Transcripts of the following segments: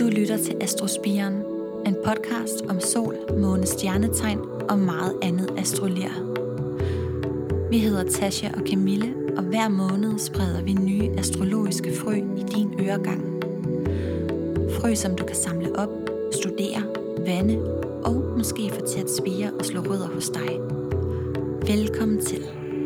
Du lytter til Astrospiren, en podcast om sol, måne, stjernetegn og meget andet astrologi. Vi hedder Tasha og Camille, og hver måned spreder vi nye astrologiske frø i din øregang. Frø, som du kan samle op, studere, vande og måske få til at spire og slå rødder hos dig. Velkommen til.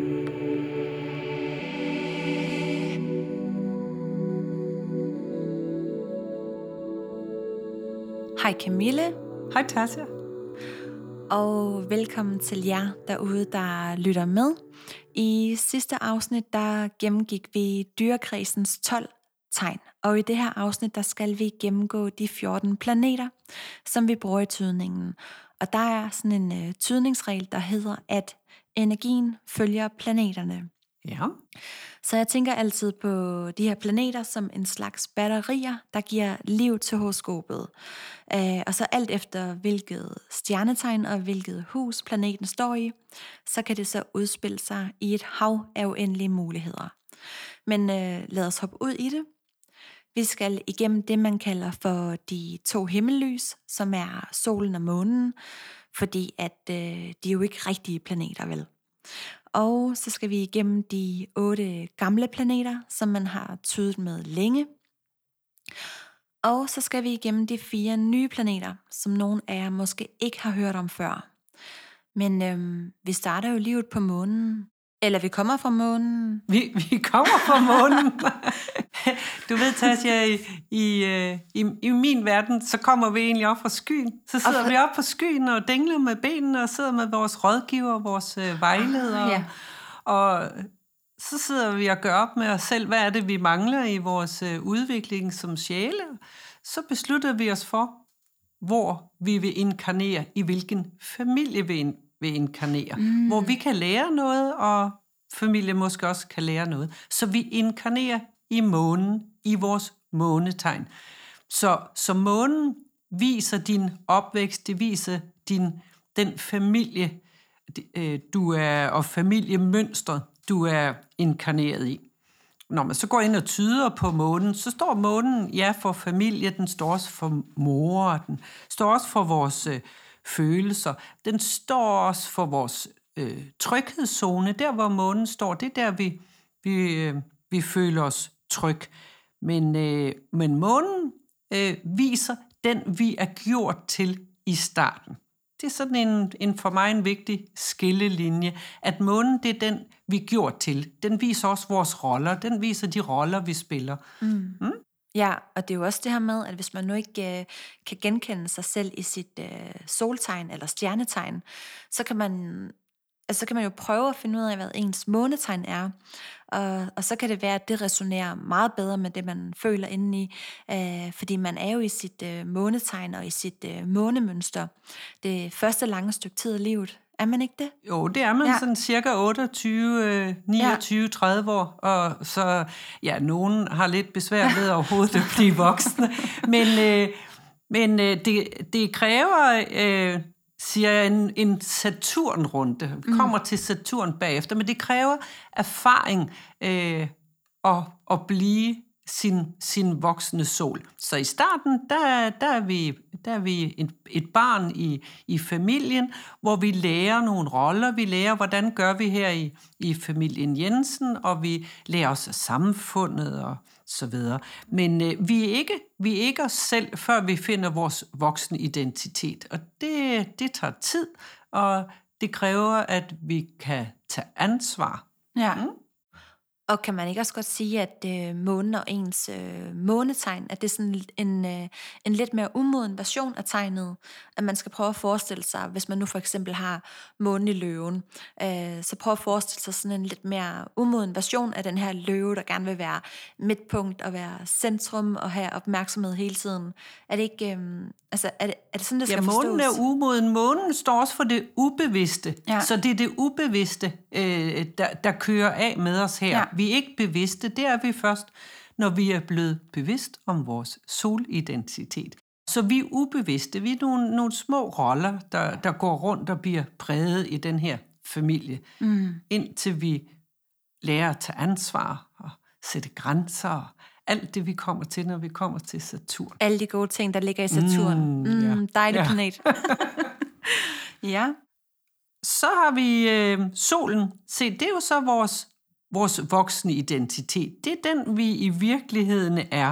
Hej Camille. Hej Tasha. Og velkommen til jer derude, der lytter med. I sidste afsnit, der gennemgik vi dyrekredsens 12 tegn. Og i det her afsnit, der skal vi gennemgå de 14 planeter, som vi bruger i tydningen. Og der er sådan en tydningsregel, der hedder, at energien følger planeterne. Ja. Så jeg tænker altid på de her planeter som en slags batterier, der giver liv til horoskopet. Og så alt efter hvilket stjernetegn og hvilket hus planeten står i, så kan det så udspille sig i et hav af uendelige muligheder. Men lad os hoppe ud i det. Vi skal igennem det, man kalder for de 2 himmellys, som er solen og månen, fordi at de er jo ikke rigtige planeter, vel? Og så skal vi igennem de 8 gamle planeter, som man har tydet med længe. Og så skal vi igennem de 4 nye planeter, som nogle af jer måske ikke har hørt om før. Men vi starter jo livet på månen. Eller vi kommer fra månen. Vi kommer fra månen. Du ved, Tasha, i min verden, så kommer vi egentlig op fra skyen. Så sidder vi op på skyen og dingler med benene og sidder med vores rådgiver, vores vejledere. Ja. Og så sidder vi og gør op med os selv, hvad er det, vi mangler i vores udvikling som sjæle. Så beslutter vi os for, hvor vi vil inkarnere, i hvilken familie vi vil inkarnere. Hvor vi kan lære noget, og familien måske også kan lære noget. Så vi inkarnerer i månen, i vores månetegn. Så månen viser din opvækst, det viser den familie, du er, og familiemønster, du er inkarneret i. Når man så går ind og tyder på månen, så står månen, ja, for familie, den står også for mor, den står også for vores følelser, den står også for vores tryghedszone. Der, hvor månen står, det er der, vi føler os tryg. Men månen viser den, vi er gjort til i starten. Det er sådan en for mig en vigtig skillelinje, at månen, det er den, vi er gjort til. Den viser også vores roller, den viser de roller, vi spiller. Ja, og det er jo også det her med, at hvis man nu ikke kan genkende sig selv i sit soltegn eller stjernetegn, så kan man jo prøve at finde ud af, hvad ens månetegn er. Og så kan det være, at det resonerer meget bedre med det, man føler indeni. Fordi man er jo i sit månetegn og i sit månemønster. Det første lange stykke tid af livet. Er man ikke det? Jo, det er man sådan cirka 28, 29, 30 år. Og så, ja, nogen har lidt besvær ved overhovedet at blive voksne. Men det kræver... siger jeg, en Saturn-runde. Vi kommer til Saturn bagefter, men det kræver erfaring at blive sin voksne sol. Så i starten, der er vi et barn i familien, hvor vi lærer nogle roller. Vi lærer, hvordan gør vi her i familien Jensen, og vi lærer os af samfundet og så videre. Men vi er ikke os selv, før vi finder vores voksne identitet. Og det tager tid, og det kræver, at vi kan tage ansvar. Ja. Og kan man ikke også godt sige, at månen og ens månetegn, at det er sådan en lidt mere umoden version af tegnet, at man skal prøve at forestille sig, hvis man nu for eksempel har månen i løven, så prøv at forestille sig sådan en lidt mere umoden version af den her løve, der gerne vil være midtpunkt og være centrum og have opmærksomhed hele tiden. Er det ikke, er det sådan, det skal forstås? Ja, månen er umoden. Månen står også for det ubevidste. Ja. Så det er det ubevidste, der kører af med os her. Ja. Vi er ikke bevidste, det er vi først, når vi er blevet bevidst om vores solidentitet. Så vi er ubevidste, vi er nogle små roller, der går rundt og bliver præget i den her familie, indtil vi lærer at tage ansvar og sætte grænser og alt det, vi kommer til, når vi kommer til Saturn. Alle de gode ting, der ligger i Saturn. Ja. Dejlig Ja. planet. Ja. Så har vi solen. Se, det er jo så vores voksne identitet. Det er den, vi i virkeligheden er.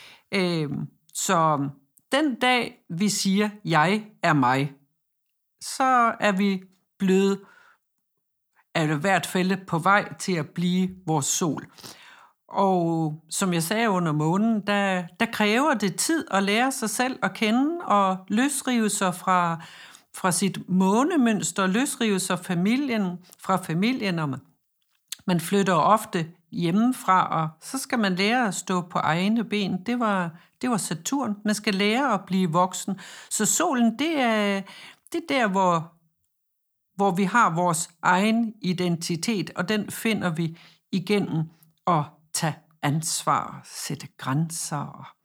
Så den dag, vi siger, jeg er mig, så er vi blevet, er det i hvert fald på vej til at blive vores sol. Og som jeg sagde under månen, der kræver det tid at lære sig selv at kende og løsrive sig fra sit månemønster, løsrive sig fra familien, og man flytter ofte hjemmefra, og så skal man lære at stå på egne ben. Det var Saturn. Man skal lære at blive voksen. Så solen, det er der, hvor vi har vores egen identitet, og den finder vi igennem at tage ansvar, sætte grænser.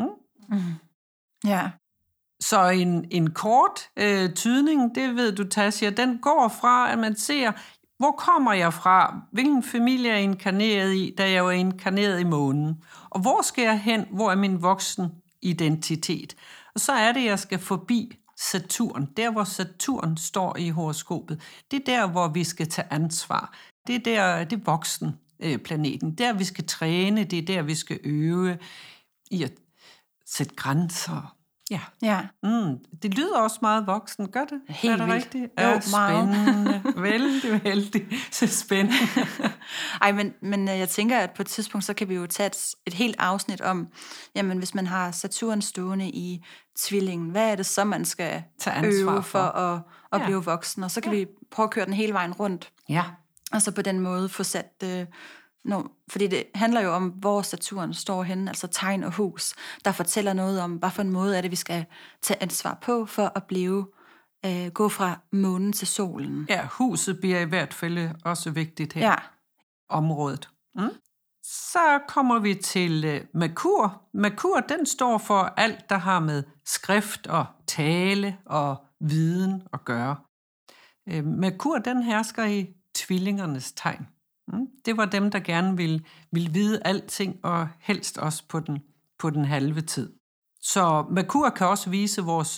Ja. Så en kort tydning, det ved du, Tasja, den går fra, at man ser, hvor kommer jeg fra? Hvilken familie er jeg inkarneret i, da jeg var inkarneret i månen? Og hvor skal jeg hen? Hvor er min voksen identitet? Og så er det, jeg skal forbi Saturn. Der, hvor Saturn står i horoskopet. Det er der, hvor vi skal tage ansvar. Det er voksen planeten. Der, vi skal træne. Det er der, vi skal øve i at sætte grænser. Ja. Det lyder også meget voksen, gør det? Helt er det vildt. rigtigt? Jo, Ja, meget. spændende. Vældig. Så spændende. Ej, men jeg tænker, at på et tidspunkt, så kan vi jo tage et helt afsnit om, jamen hvis man har Saturn stående i tvillingen, hvad er det så, man skal øve for at blive voksen? Og så kan vi prøve at køre den hele vejen rundt. Ja. Og så på den måde få sat fordi det handler jo om, hvor Saturn står henne, altså tegn og hus, der fortæller noget om, hvad for en måde er det, vi skal tage ansvar på, for at gå fra månen til solen. Ja, huset bliver i hvert fald også vigtigt her. Ja. Området. Så kommer vi til Merkur. Merkur, den står for alt, der har med skrift og tale og viden at gøre. Merkur, den hersker i tvillingernes tegn. Det var dem, der gerne ville vide alting, og helst også på den halve tid. Så Merkur kan også vise vores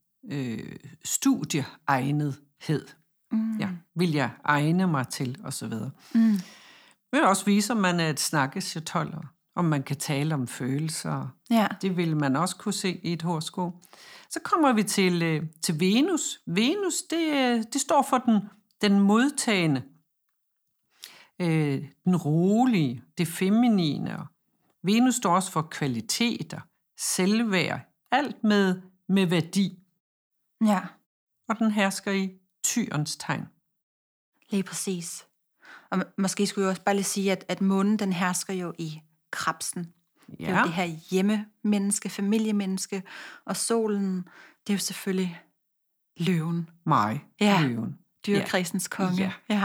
studieegnethed. Ja, vil jeg egne mig til, og så videre. Det vil også vise, om man er et snakkesjatol, om man kan tale om følelser. Ja. Det vil man også kunne se i et horoskop. Så kommer vi til Venus. Venus, det står for den modtagende, den rolige, det feminine. Venus står også for kvaliteter, selvværd, alt med værdi. Ja. Og den hersker i Tyrens tegn. Lige præcis. Og måske skulle jeg også bare lige sige, at månen, den hersker jo i Krebsen. Ja. Det er jo det her hjemmemenneske, familiemenneske, og solen, det er jo selvfølgelig løven. Mig, ja. Løven. Dyrekredsens konge. Ja.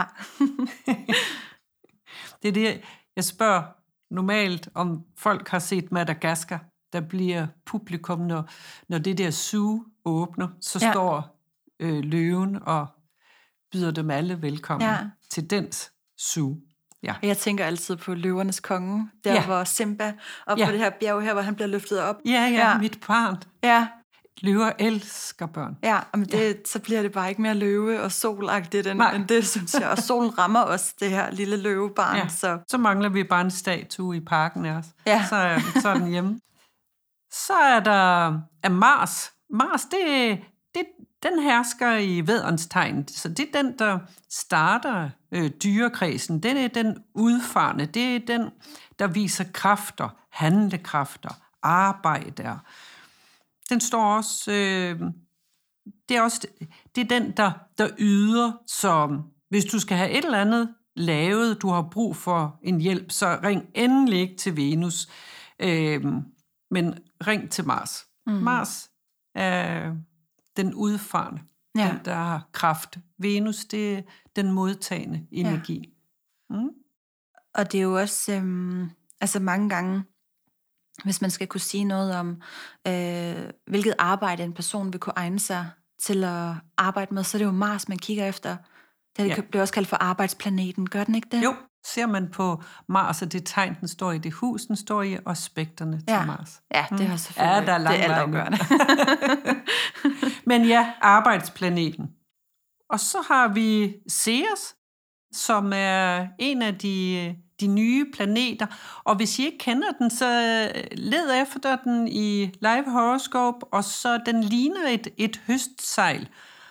Det er det, jeg spørger normalt, om folk har set Madagaskar. Der bliver publikum, når det der zoo åbner, så står løven og byder dem alle velkommen til dens zoo. Ja. Jeg tænker altid på løvernes konge, der hvor Simba, og på det her bjerg her, hvor han bliver løftet op. Ja, mit barn. Ja. Løver elsker børn. Ja, men så bliver det bare ikke mere løve og solagtigt end det, synes jeg. Og solen rammer også det her lille løvebarn. Ja. Så mangler vi bare en statue i parken af os. Ja. Så er den hjemme. Så er der Mars. Mars, den hersker i vædderens tegn. Så det er den, der starter dyrekredsen. Den er den udfarende. Det er den, der viser kræfter, handlekræfter, arbejde. Den står også... det er den, der yder. Så hvis du skal have et eller andet lavet, du har brug for en hjælp, så ring endelig ikke til Venus, men ring til Mars. Mars er den udfarende, den der har kraft. Venus, det er den modtagende energi. Og det er jo også, mange gange, hvis man skal kunne sige noget om, hvilket arbejde en person vil kunne egne sig til at arbejde med, så er det jo Mars, man kigger efter. Det bliver også kaldt for arbejdsplaneten, gør den ikke det? Jo, ser man på Mars, og det tegn, den står i, det hus, den står i, og aspekterne til Mars. Ja, det har selvfølgelig der er lang det er altafgørende. Men ja, arbejdsplaneten. Og så har vi Ceres, som er en af de nye planeter. Og hvis I ikke kender den, så led efter den i Live Horoscope, og så den ligner et høstsejl.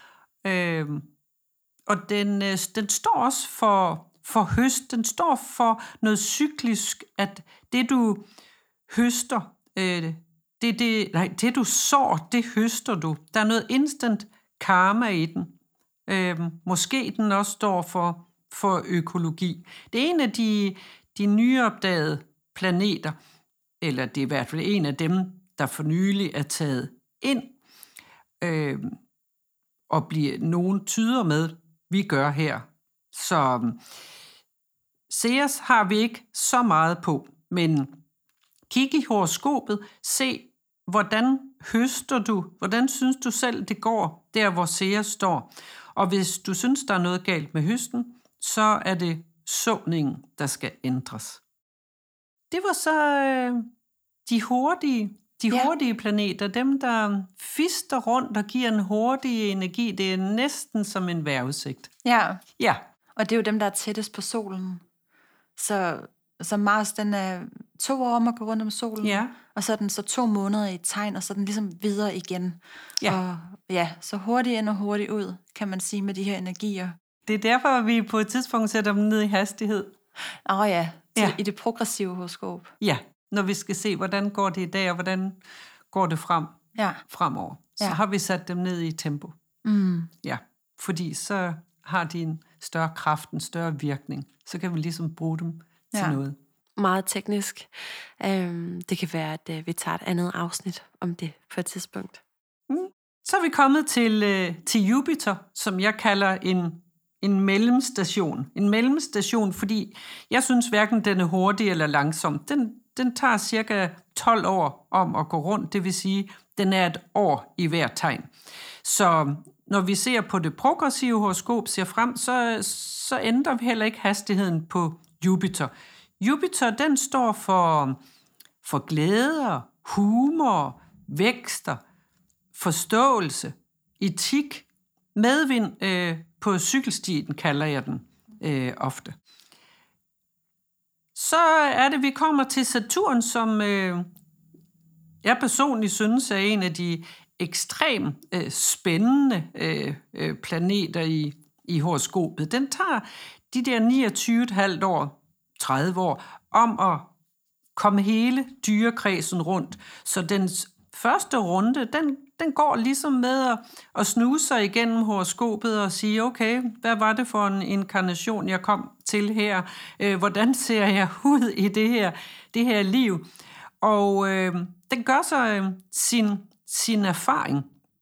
Og den står også for høst. Den står for noget cyklisk, at det du høster, det du sår, det høster du. Der er noget instant karma i den. Måske den også står for økologi. Det er en af de nyopdagede planeter, eller det er i hvert fald en af dem, der for nylig er taget ind, og bliver nogen tyder med, vi gør her. Så Ceres har vi ikke så meget på, men kig i horoskopet, se, hvordan høster du, hvordan synes du selv, det går, der hvor Ceres står. Og hvis du synes, der er noget galt med høsten, så er det såningen, der skal ændres. Det var så de hurtige planeter, dem der fister rundt og giver en hurtig energi. Det er næsten som en vejrudsigt. Ja, og det er jo dem, der er tættest på solen. Så Mars, den er 2 år om at gå rundt om solen, og så er den så 2 måneder i et tegn, og så er den ligesom videre igen. Og så hurtigt ind og hurtigt ud, kan man sige, med de her energier. Det er derfor, vi på et tidspunkt sætter dem ned i hastighed. I det progressive horoskop. Ja, når vi skal se, hvordan går det i dag, og hvordan går det fremover. Så har vi sat dem ned i tempo. Ja, fordi så har de en større kraft, en større virkning. Så kan vi ligesom bruge dem til noget. Meget teknisk. Det kan være, at vi tager et andet afsnit om det på et tidspunkt. Så er vi kommet til Jupiter, som jeg kalder en mellemstation. En mellemstation, fordi jeg synes hverken den er hurtig eller langsom. Den tager cirka 12 år om at gå rundt, det vil sige, den er et år i hver tegn. Så når vi ser på det progressive horoskop ser frem, så ændrer vi heller ikke hastigheden på Jupiter. Jupiter, den står for glæder, humor, vækster, forståelse, etik, medvind på cykelstien, kalder jeg den ofte. Så er det, vi kommer til Saturn, som jeg personligt synes er en af de ekstremt spændende planeter i horoskopet. Den tager de der 29,5 år, 30 år, om at komme hele dyrekredsen rundt. Så dens første runde, den går ligesom med at snuse sig igennem horoskopet og sige, okay, hvad var det for en inkarnation, jeg kom til her? Hvordan ser jeg ud i det her liv? Og den gør så sin erfaring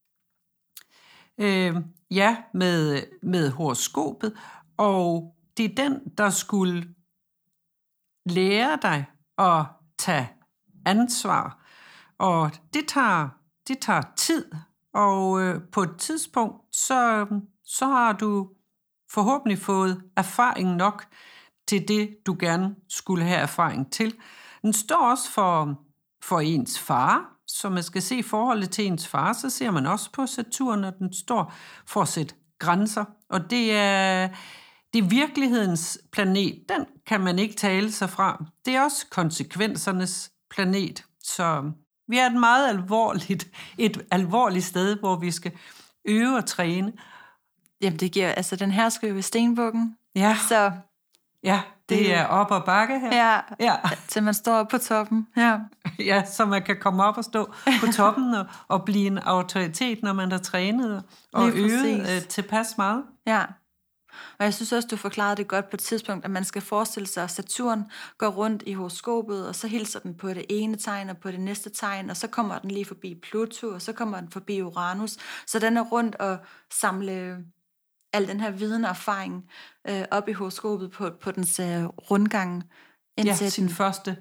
med horoskopet, og det er den, der skulle lære dig at tage ansvar. Og det tager tid, og på et tidspunkt, så har du forhåbentlig fået erfaring nok til det, du gerne skulle have erfaring til. Den står også for ens far, så man skal se forholdet til ens far, så ser man også på Saturn, når den står for at sætte grænser. Og det er virkelighedens planet, den kan man ikke tale sig fra. Det er også konsekvensernes planet, så vi er et alvorligt sted, hvor vi skal øve og træne. Jamen det giver, altså den her skal jo ved stenbukken. Ja. Så ja, det er op og bakke her. Ja, til man står op på toppen. Ja, så man kan komme op og stå på toppen og blive en autoritet, når man har trænet og øvet tilpas meget. Ja, og jeg synes også, du forklarede det godt på et tidspunkt, at man skal forestille sig, at Saturn går rundt i horoskopet, og så hilser den på det ene tegn og på det næste tegn, og så kommer den lige forbi Pluto, og så kommer den forbi Uranus. Så den er rundt og samle al den her viden og erfaring op i horoskopet på dens rundgang. Sin første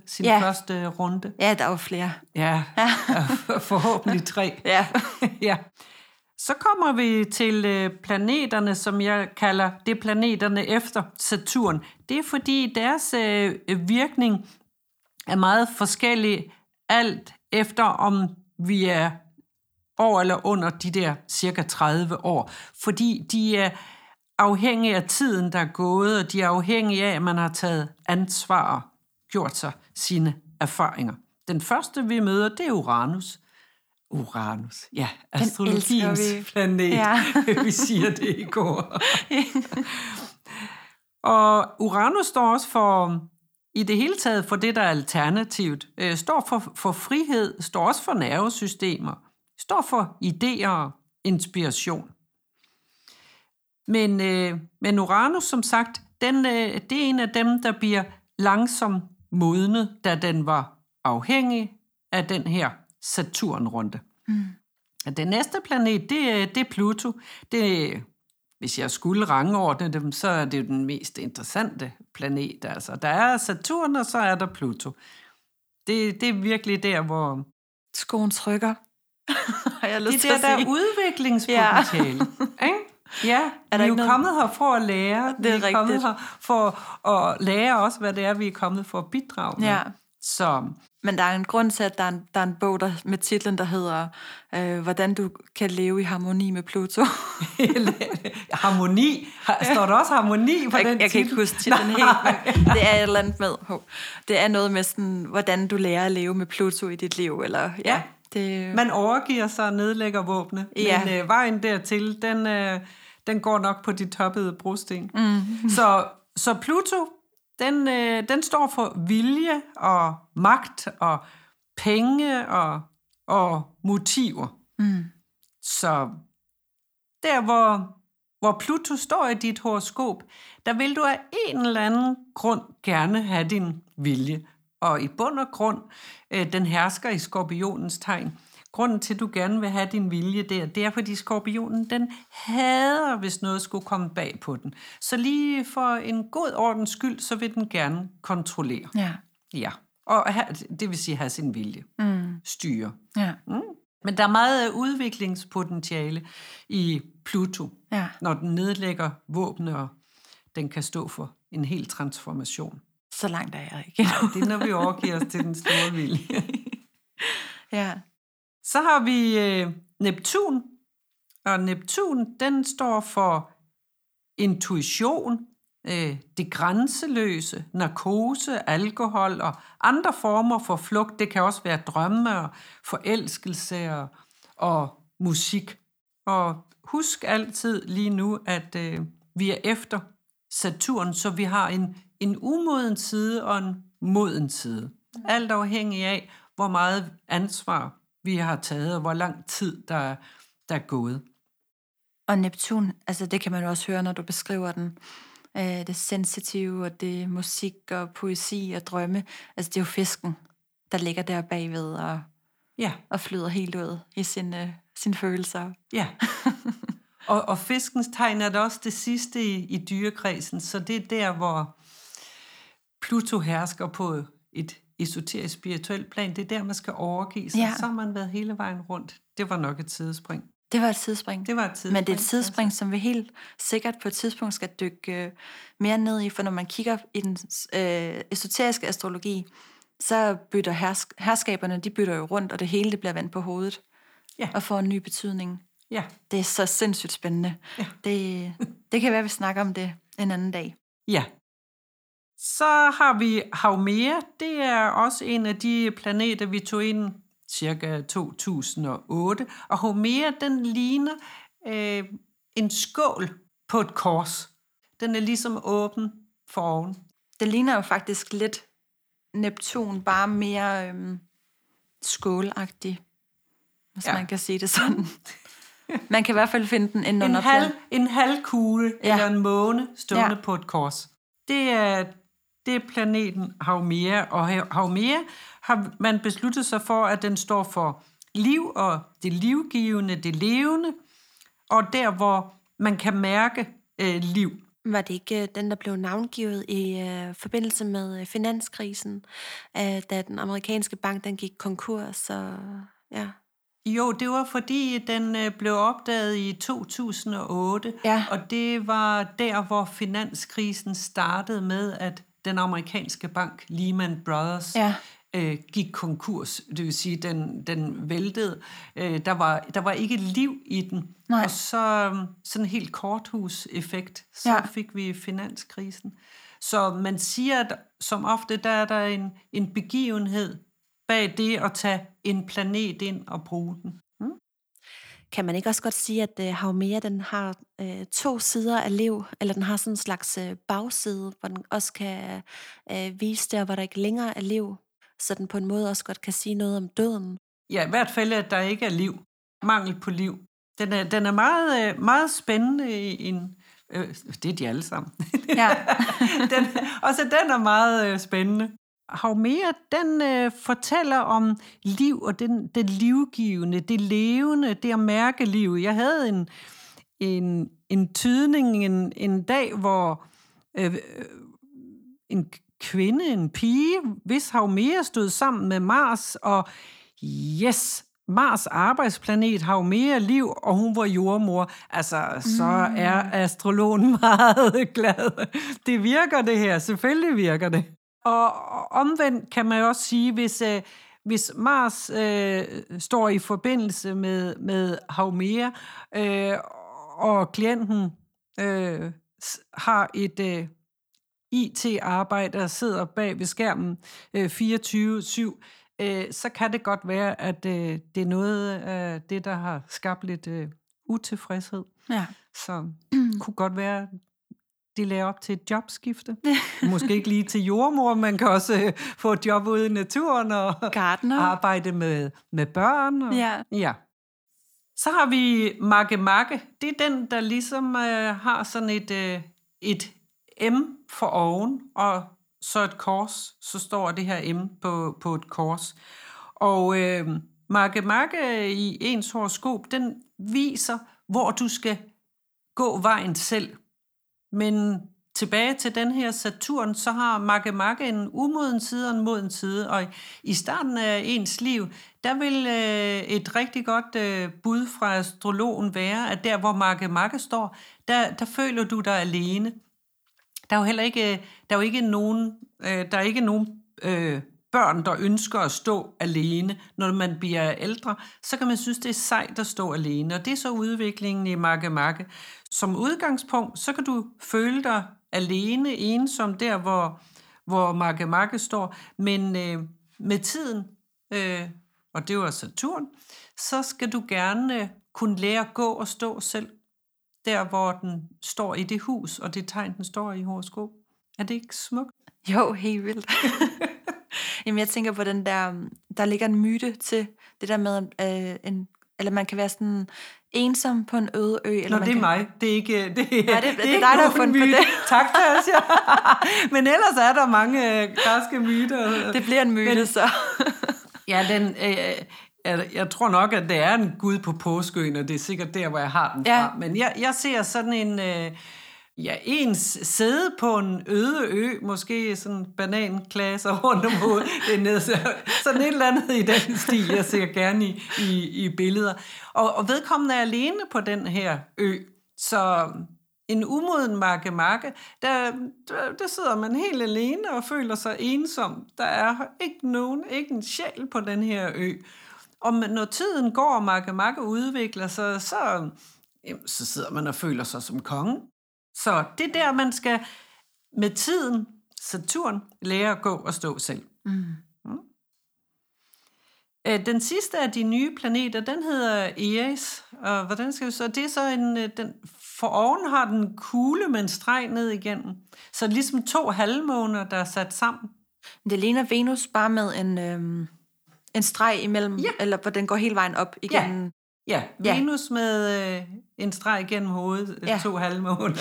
runde. Ja, der er jo flere. Ja. Forhåbentlig 3. Ja. Ja. Så kommer vi til planeterne, som jeg kalder det planeterne efter Saturn. Det er fordi deres virkning er meget forskellig, alt efter om vi er over eller under de der cirka 30 år. Fordi de er afhængige af tiden, der er gået, og de er afhængige af, at man har taget ansvar og gjort sig sine erfaringer. Den første, vi møder, det er Uranus. Uranus, ja, astrologiens planet. Ja. Vi siger det i går. Og Uranus står også for, i det hele taget, for det, der er alternativt. Står for frihed, står også for nervesystemer, står for idéer og inspiration. Men Uranus, som sagt, det er en af dem, der bliver langsomt modnet, da den var afhængig af den her Saturn-runde. Den næste planet, det er Pluto. Hvis jeg skulle rangordne dem, så er det jo den mest interessante planet. Altså, der er Saturn, og så er der Pluto. Det er virkelig der, hvor skoen trykker. Det der er udviklingspotentiale. Ja. Ja, vi er jo kommet her for at lære. Det er rigtigt. Kommet her for at lære også, hvad det er, vi er kommet for at bidrage med. Ja. Så. Men der er en grund til, at der er en bog med titlen, der hedder Hvordan du kan leve i harmoni med Pluto. Harmoni? Står der også harmoni på den titel? Jeg kan ikke huske titlen helt, men det er et eller andet med. Det er noget med sådan, hvordan du lærer at leve med Pluto i dit liv. Eller, ja, det. Man overgiver sig og nedlægger våbne. Ja. Men vejen dertil, den går nok på de toppede brosten. Så Pluto, den står for vilje og magt og penge og motiver. Så der, hvor Pluto står i dit horoskop, der vil du af en eller anden grund gerne have din vilje. Og i bund og grund, den hersker i skorpionens tegn. Grunden til, at du gerne vil have din vilje der, det er, fordi skorpionen, den hader, hvis noget skulle komme bag på den. Så lige for en god ordens skyld, så vil den gerne kontrollere. Ja. Og det vil sige have sin vilje. Styre. Ja. Men der er meget udviklingspotentiale i Pluto, når den nedlægger våbne, og den kan stå for en hel transformation. Så langt er jeg ikke. Det er, når vi overgiver os til den store vilje. Ja. Så har vi Neptun, og Neptun, den står for intuition, det grænseløse, narkose, alkohol og andre former for flugt. Det kan også være drømme og forelskelse og musik. Og husk altid lige nu, at vi er efter Saturn, så vi har en umoden side og en moden side. Alt afhængig af, hvor meget ansvar vi har taget, og hvor lang tid der er gået. Og Neptun, altså det kan man jo også høre, når du beskriver den. Det sensitive, og det musik og poesi og drømme. Altså det er jo fisken, der ligger der bagved og flyder helt ud i sine følelser. Ja. og fiskens tegn er da også det sidste i dyrekredsen, så det er der, hvor Pluto hersker på et esoterisk spirituelt plan. Det er der, man skal overgive sig. Så har man været hele vejen rundt. Det var nok et sidespring. Det var et sidespring. Men det er et sidespring, som vi helt sikkert på et tidspunkt skal dykke mere ned i, for når man kigger i den esoteriske astrologi, så bytter herskaberne, de bytter jo rundt, og det hele det bliver vendt på hovedet og får en ny betydning. Ja. Det er så sindssygt spændende. Ja. Det kan være, at vi snakker om det en anden dag. Ja. Så har vi Haumea. Det er også en af de planeter, vi tog ind cirka 2008. Og Haumea, den ligner en skål på et kors. Den er ligesom åben for oven. Det ligner jo faktisk lidt Neptun, bare mere skålagtig, hvis man kan sige det sådan. Man kan i hvert fald finde den inden under en halvkugle eller en måne stående på et kors. Det er planeten Haumea, og Haumea har man besluttet sig for, at den står for liv og det livgivende, det levende, og der, hvor man kan mærke liv. Var det ikke den, der blev navngivet i forbindelse med finanskrisen, da den amerikanske bank den gik konkurs? Og, Jo, det var fordi, den blev opdaget i 2008, Ja. og det var der, hvor finanskrisen startede med, at den amerikanske bank Lehman Brothers gik konkurs. Det vil sige, den væltede. Der var ikke liv i den. Nej. Og så sådan en helt korthus-effekt, så fik vi finanskrisen. Så man siger, at som ofte, der er der en begivenhed bag det at tage en planet ind og bruge den. Kan man ikke også godt sige, at Haumea, den har 2 sider af liv, eller den har sådan en slags bagside, hvor den også kan vise der, hvor der ikke længere er liv, så den på en måde også godt kan sige noget om døden? Ja, i hvert fald, at der ikke er liv. Mangel på liv. Den er meget, meget spændende i en... det er de alle sammen. Ja. den er meget spændende. Haumea, den fortæller om liv og det livgivende, det levende, det at mærke liv. Jeg havde en tydning en dag, hvor en kvinde, en pige, hvis Haumea stod sammen med Mars, og yes, Mars arbejdsplanet, Haumea liv, og hun var jordmor. Altså, så er astrologen meget glad. Det virker det her, selvfølgelig virker det. Og omvendt kan man også sige, hvis Mars står i forbindelse med Haumea, og klienten har et IT-arbejde, der sidder bag ved skærmen 24/7, så kan det godt være, at det er noget af det, der har skabt lidt utilfredshed. Ja. Så kunne godt være, de lader op til et jobskifte. Måske ikke lige til jordmor, man kan også få et job ude i naturen og Gartner. arbejde med børn. Og, ja. Så har vi Makemake. Det er den, der ligesom har sådan et M for oven, og så et kors. Så står det her M på et kors. Og Makemake i ens horoskop, den viser, hvor du skal gå vejen selv. Men tilbage til den her Saturn, så har Makemake en umoden side og en moden side, og i starten af ens liv, der vil et rigtig godt bud fra astrologen være, at der hvor Makemake står, der føler du dig alene. Der er jo ikke nogen børn, der ønsker at stå alene. Når man bliver ældre, så kan man synes, det er sejt at stå alene. Og det er så udviklingen i Makemake. Som udgangspunkt, så kan du føle dig alene, ensom der, hvor Makemake står. Men med tiden, og det var Saturn, så skal du gerne kunne lære at gå og stå selv. Der, hvor den står i det hus, og det tegn, den står i horoskop. Er det ikke smukt? Jo, helt vildt. Jamen, jeg tænker på den der ligger en myte til det der med, eller man kan være sådan ensom på en øde ø. Eller det er mig. Det er ikke det er dig, der har fundet på det. Tak, Tasja. Men ellers er der mange græske myter. Det bliver en myte, så. Ja, jeg tror nok, at det er en gud på påskeøen, og det er sikkert der, hvor jeg har den fra. Men jeg ser sådan ens sidde på en øde ø, måske sådan bananklasser rundt om hovedet, sådan et eller andet i den stil, jeg ser gerne i billeder. Og vedkommende er alene på den her ø, så en umoden Makemake, der sidder man helt alene og føler sig ensom. Der er ikke en sjæl på den her ø. Og når tiden går, og Makemake udvikler sig, så sidder man og føler sig som konge. Så det er der, man skal med tiden, Saturn, lære at gå og stå selv. Den sidste af de nye planeter, den hedder Eris. Og hvordan skal vi så? Det er så for oven har den kugle med en streg ned igennem. Så det er ligesom 2 halvmåner, der er sat sammen. Det ligner Venus bare med en streg imellem, eller hvor den går hele vejen op igennem. Ja, Venus med en streg igennem hovedet, 2 halvmåner.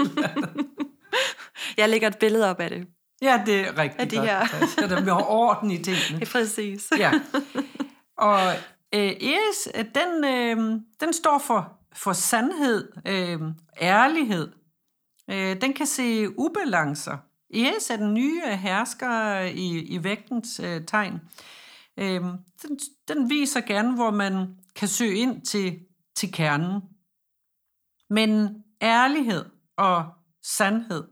Jeg lægger et billede op af det. Ja, det er rigtig godt. Her. Så der bliver orden i tingene. Ja, præcis. Ja. Og Eris, den står for sandhed, ærlighed. Den kan se ubalancer. Eris er den nye hersker i vægtens tegn. Den viser gerne, hvor man kan søge ind til kernen. Men ærlighed og sandhed,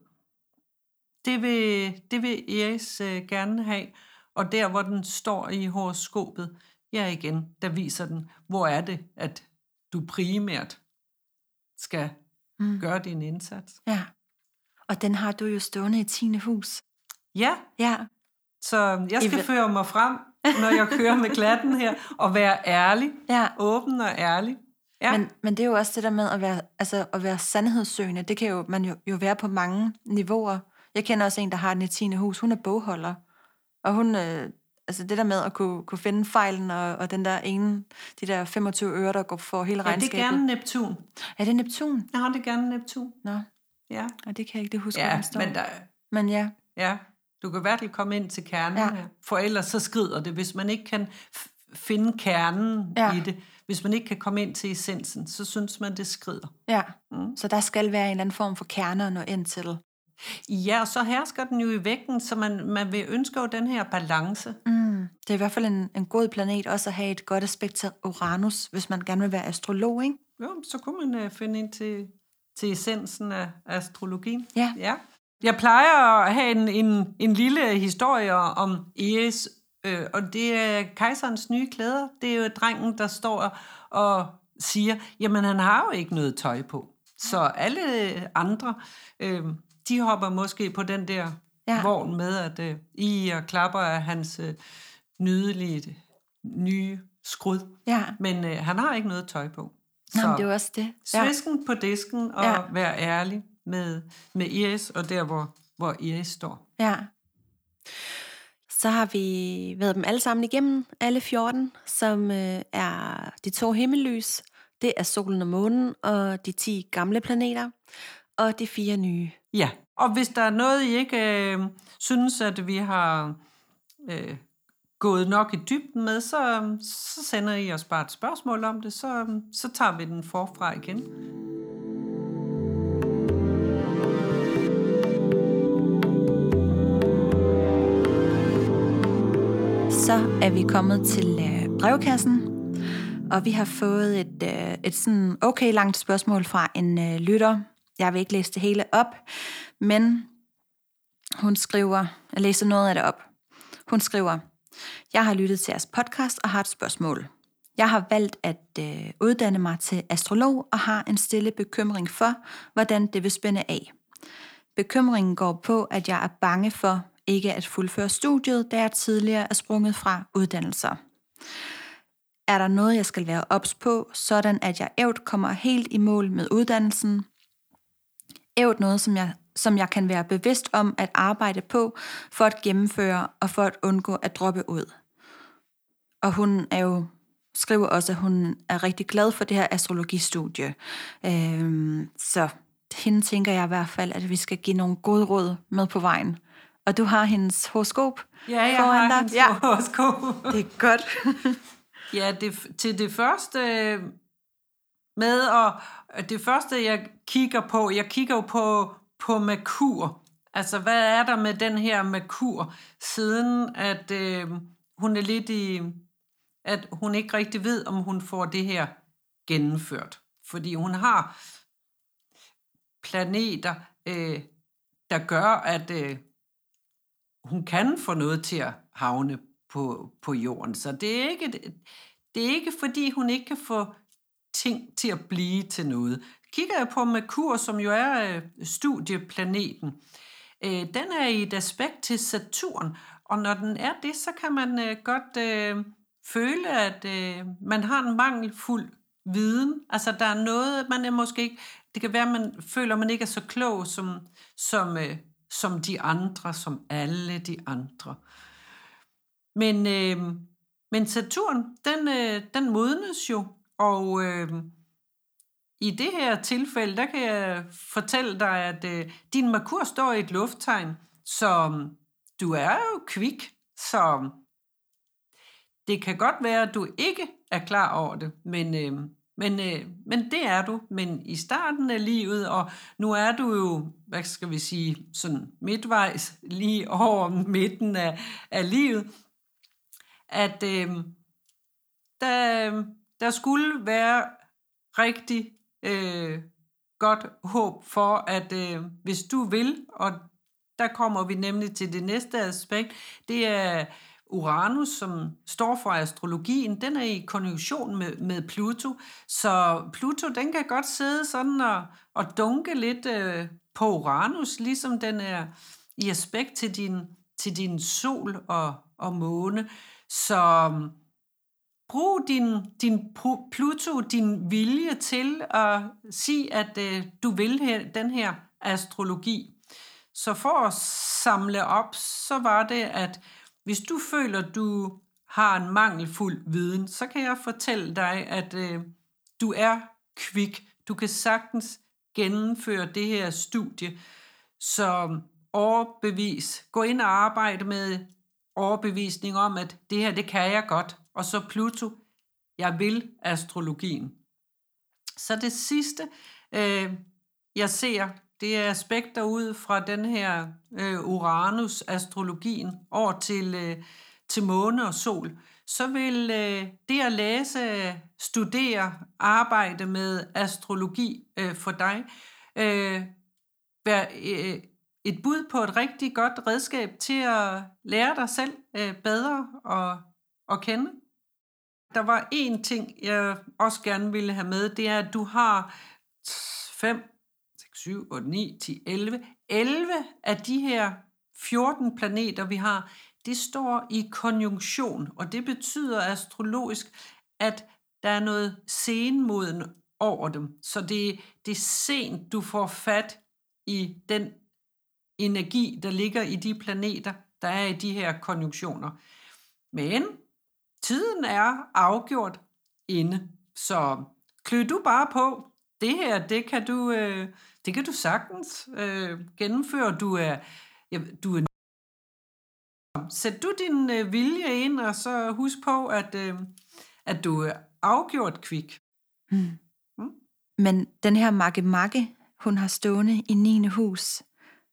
det vil Eris gerne have. Og der, hvor den står i horoskopet, ja igen, der viser den, hvor er det, at du primært skal gøre din indsats. Ja, og den har du jo stående i 10. hus. Ja, Ja, så jeg skal føre mig frem, når jeg kører med klatten her, og være ærlig, ja. åben og ærlig. Ja. Men det er jo også det der med at være sandhedssøgende. Det kan jo man jo være på mange niveauer. Jeg kender også en, der har den i 10. hus. Hun er bogholder. Og hun, altså det der med at kunne finde fejlen, og den der ene, de der 25 øre, der går for hele regnskabet. Ja, det er gerne Neptun. Er det Neptun? Ja, det er gerne Neptun. Nå, Ja, og det kan jeg ikke huske, ja hvor den står. men ja. Ja, du kan i hvert fald komme ind til kernen her. For ellers så skrider det. Hvis man ikke kan finde kernen i det, hvis man ikke kan komme ind til essensen, så synes man, det skrider. Ja, så der skal være en eller anden form for kerne at nå ind til. Ja, og så hersker den jo i vægten, så man vil ønske jo den her balance. Det er i hvert fald en god planet også at have et godt aspekt til Uranus, hvis man gerne vil være astrolog, ikke? Jo, så kunne man finde ind til essensen af astrologien. Ja. Jeg plejer at have en lille historie om Eris, og det er kejserens nye klæder. Det er jo drengen, der står og siger, jamen han har jo ikke noget tøj på. Så alle andre, de hopper måske på den der vogn med, at I og klapper af hans nydelige nye skrud. Ja. Men han har ikke noget tøj på. Så det er jo også det. Svisken på disken og være ærlig med Eris, og der, hvor Eris står. Ja. Så har vi været dem alle sammen igennem, alle 14, som er de 2 himmellys. Det er solen og månen, og de 10 gamle planeter, og de 4 nye. Ja, og hvis der er noget, I ikke synes, at vi har gået nok i dybden med, så sender I os bare et spørgsmål om det, så tager vi den forfra igen. Så er vi kommet til brevkassen, og vi har fået et sådan okay langt spørgsmål fra en lytter. Jeg vil ikke læse det hele op, men hun skriver, jeg læser noget af det op. Hun skriver, jeg har lyttet til jeres podcast og har et spørgsmål. Jeg har valgt at uddanne mig til astrolog og har en stille bekymring for, hvordan det vil spænde af. Bekymringen går på, at jeg er bange for ikke at fuldføre studiet, da jeg tidligere er sprunget fra uddannelser. Er der noget, jeg skal være ops på, sådan at jeg kommer helt i mål med uddannelsen? Noget, som jeg kan være bevidst om at arbejde på, for at gennemføre og for at undgå at droppe ud. Og hun skriver også, at hun er rigtig glad for det her astrologistudie. Så hende tænker jeg i hvert fald, at vi skal give nogle gode råd med på vejen. Og du har hendes horoskop foran dig. Ja, jeg har hendes horoskop. Det er godt. Ja, til det første med, og det første jeg kigger jo på Merkur. Altså, hvad er der med den her Merkur, siden at hun er lidt i, at hun ikke rigtig ved, om hun får det her gennemført. Fordi hun har planeter, der gør, at hun kan få noget til at havne på jorden. Så det er ikke fordi, hun ikke kan få ting til at blive til noget. Kigger jeg på Merkur, som jo er studieplaneten, den er i et aspekt til Saturn, og når den er det, så kan man godt føle, at man har en mangelfuld viden. Altså der er noget, man er måske ikke, det kan være, at man føler, at man ikke er så klog som de andre, som alle de andre. Men Saturn, den modnes jo, og i det her tilfælde, der kan jeg fortælle dig, at din Merkur står i et lufttegn, så du er jo kvik, så det kan godt være, at du ikke er klar over det, men det er du. Men i starten af livet, og nu er du jo, hvad skal vi sige, sådan midtvejs, lige over midten af livet, at der skulle være rigtig godt håb for, at hvis du vil, og der kommer vi nemlig til det næste aspekt, det er Uranus, som står for astrologien, den er i konjunktion med Pluto, så Pluto, den kan godt sidde sådan og dunke lidt på Uranus, ligesom den er i aspekt til din sol og måne. Så brug din Pluto, din vilje til at sige, at du vil den her astrologi. Så for at samle op, så var det, at hvis du føler, du har en mangelfuld viden, så kan jeg fortælle dig, at du er kvik. Du kan sagtens gennemføre det her studie. Så overbevis. Gå ind og arbejde med overbevisning om, at det her, det kan jeg godt. Og så Pluto, jeg vil astrologien. Så det sidste, jeg ser, det er aspekter ud fra den her Uranus-astrologien over til måne og sol. Så vil det at læse, studere, arbejde med astrologi for dig være et bud på et rigtig godt redskab til at lære dig selv bedre at kende. Der var en ting, jeg også gerne ville have med, det er, at du har 5, 6, 7, 8, 9, 10, 11. 11 af de her 14 planeter, vi har, det står i konjunktion, og det betyder astrologisk, at der er noget senmoden over dem. Så det er sent, du får fat i den energi, der ligger i de planeter, der er i de her konjunktioner. Men tiden er afgjort inde, så klø du bare på. Det her, det kan du sagtens gennemføre. Sæt du din vilje ind, og så husk på, at du er afgjort kvik. Men den her Makke, hun har stående i 9. hus,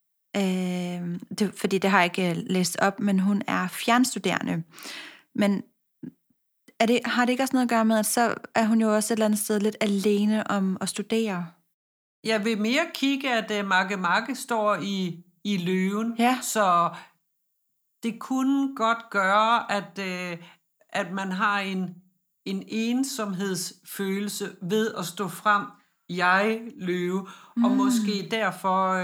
fordi det har jeg ikke læst op, men hun er fjernstuderende. Men har det ikke også noget at gøre med, at så er hun jo også et eller andet sted lidt alene om at studere? Jeg vil mere kigge, at Makke står i løven, ja. Så det kunne godt gøre, at man har en ensomhedsfølelse ved at stå frem, jeg løve, og måske derfor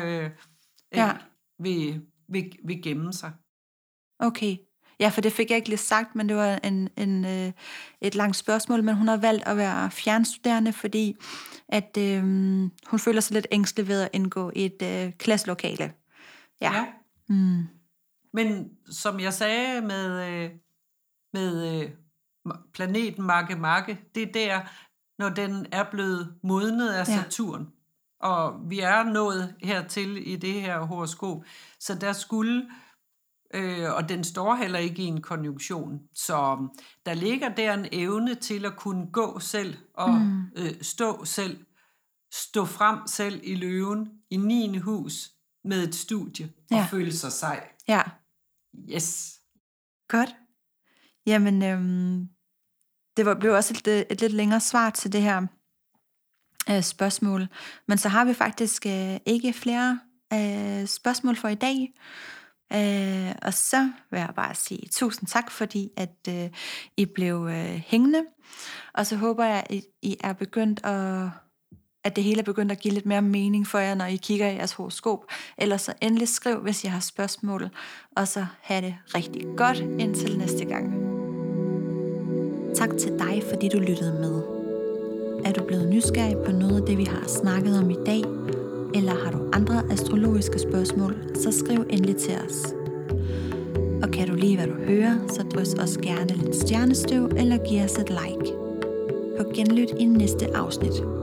vil gemme sig. Okay. Ja, for det fik jeg ikke lige sagt, men det var et langt spørgsmål, men hun har valgt at være fjernstuderende, fordi at hun føler sig lidt ængstelig ved at indgå i et klasselokale. Ja. Men som jeg sagde med planeten Makke, det er der, når den er blevet modnet af Saturn. Og vi er nået hertil i det her horoskop, så der skulle... og den står heller ikke i en konjunktion. Så der ligger der en evne til at kunne gå selv og stå frem selv i løven i 9. hus med et studie og føle sig sej. Ja. Yes. Godt. Jamen, det blev også et lidt længere svar til det her spørgsmål. Men så har vi faktisk ikke flere spørgsmål for i dag. Og så vil jeg bare sige tusind tak, fordi at I blev hængende. Og så håber jeg, at I er begyndt at det hele er begyndt at give lidt mere mening for jer, når I kigger i jeres horoskop. Ellers så endelig skriv, hvis I har spørgsmål. Og så have det rigtig godt indtil næste gang. Tak til dig, fordi du lyttede med. Er du blevet nysgerrig på noget af det, vi har snakket om i dag? Eller har du andre astrologiske spørgsmål, så skriv endelig til os. Og kan du lide, hvad du hører, så drys os gerne lidt stjernestøv eller giv os et like. På genlyt i næste afsnit.